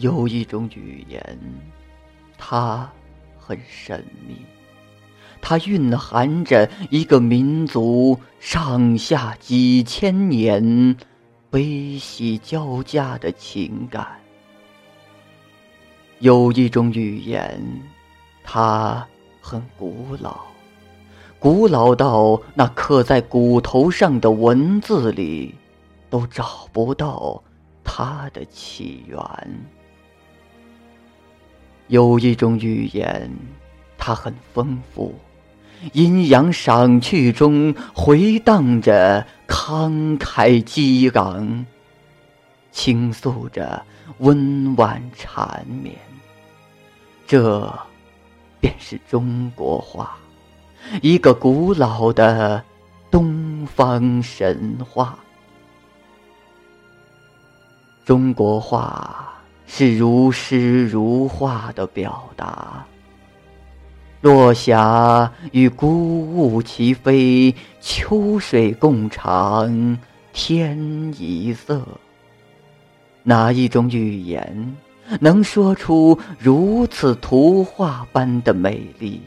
有一种语言，它很神秘，它蕴含着一个民族上下几千年悲喜交加的情感。有一种语言，它很古老，古老到那刻在骨头上的文字里都找不到它的起源。有一种语言，它很丰富，阴阳赏去中回荡着慷慨激昂，倾诉着温婉缠绵。这便是中国话，一个古老的东方神话。中国话是如诗如画的表达，落霞与孤鹜齐飞，秋水共长天一色。哪一种语言能说出如此图画般的美丽？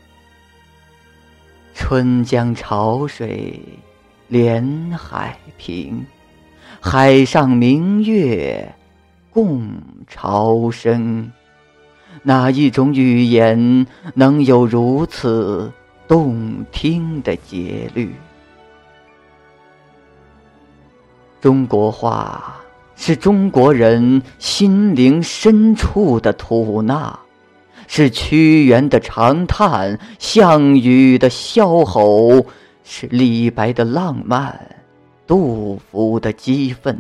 春江潮水连海平，海上明月共潮生。哪一种语言能有如此动听的节律？中国话是中国人心灵深处的吐纳，是屈原的长叹，项羽的萧吼，是李白的浪漫，杜甫的激愤，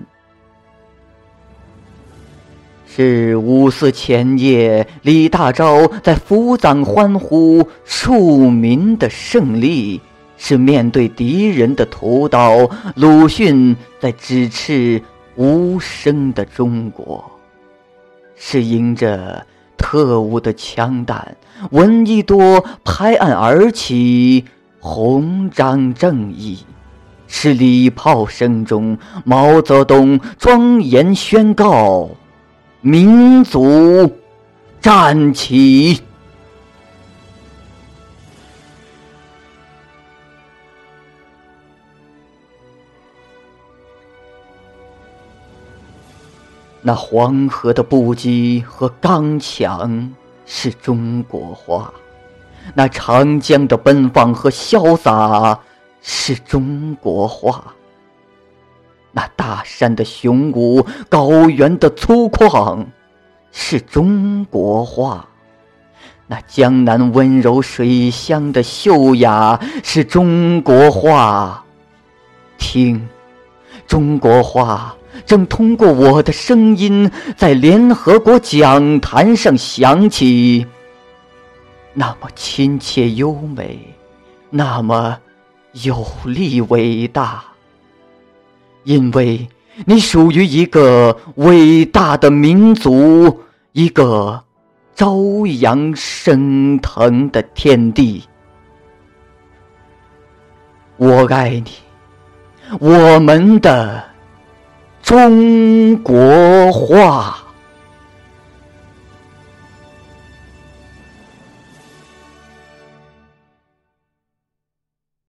是五四前夜李大钊在抚掌欢呼庶民的胜利，是面对敌人的屠刀鲁迅在指斥无声的中国，是迎着特务的枪弹，闻一多拍案而起，弘扬正义，是礼炮声中毛泽东庄严宣告民族站起。那黄河的不羁和刚强是中国话，那长江的奔放和潇洒是中国话，那大山的雄武，高原的粗犷是中国话，那江南温柔水乡的秀雅是中国话。听，中国话正通过我的声音在联合国讲坛上响起，那么亲切优美，那么有力伟大。因为你属于一个伟大的民族，一个朝阳升腾的天地。我爱你，我们的中国话。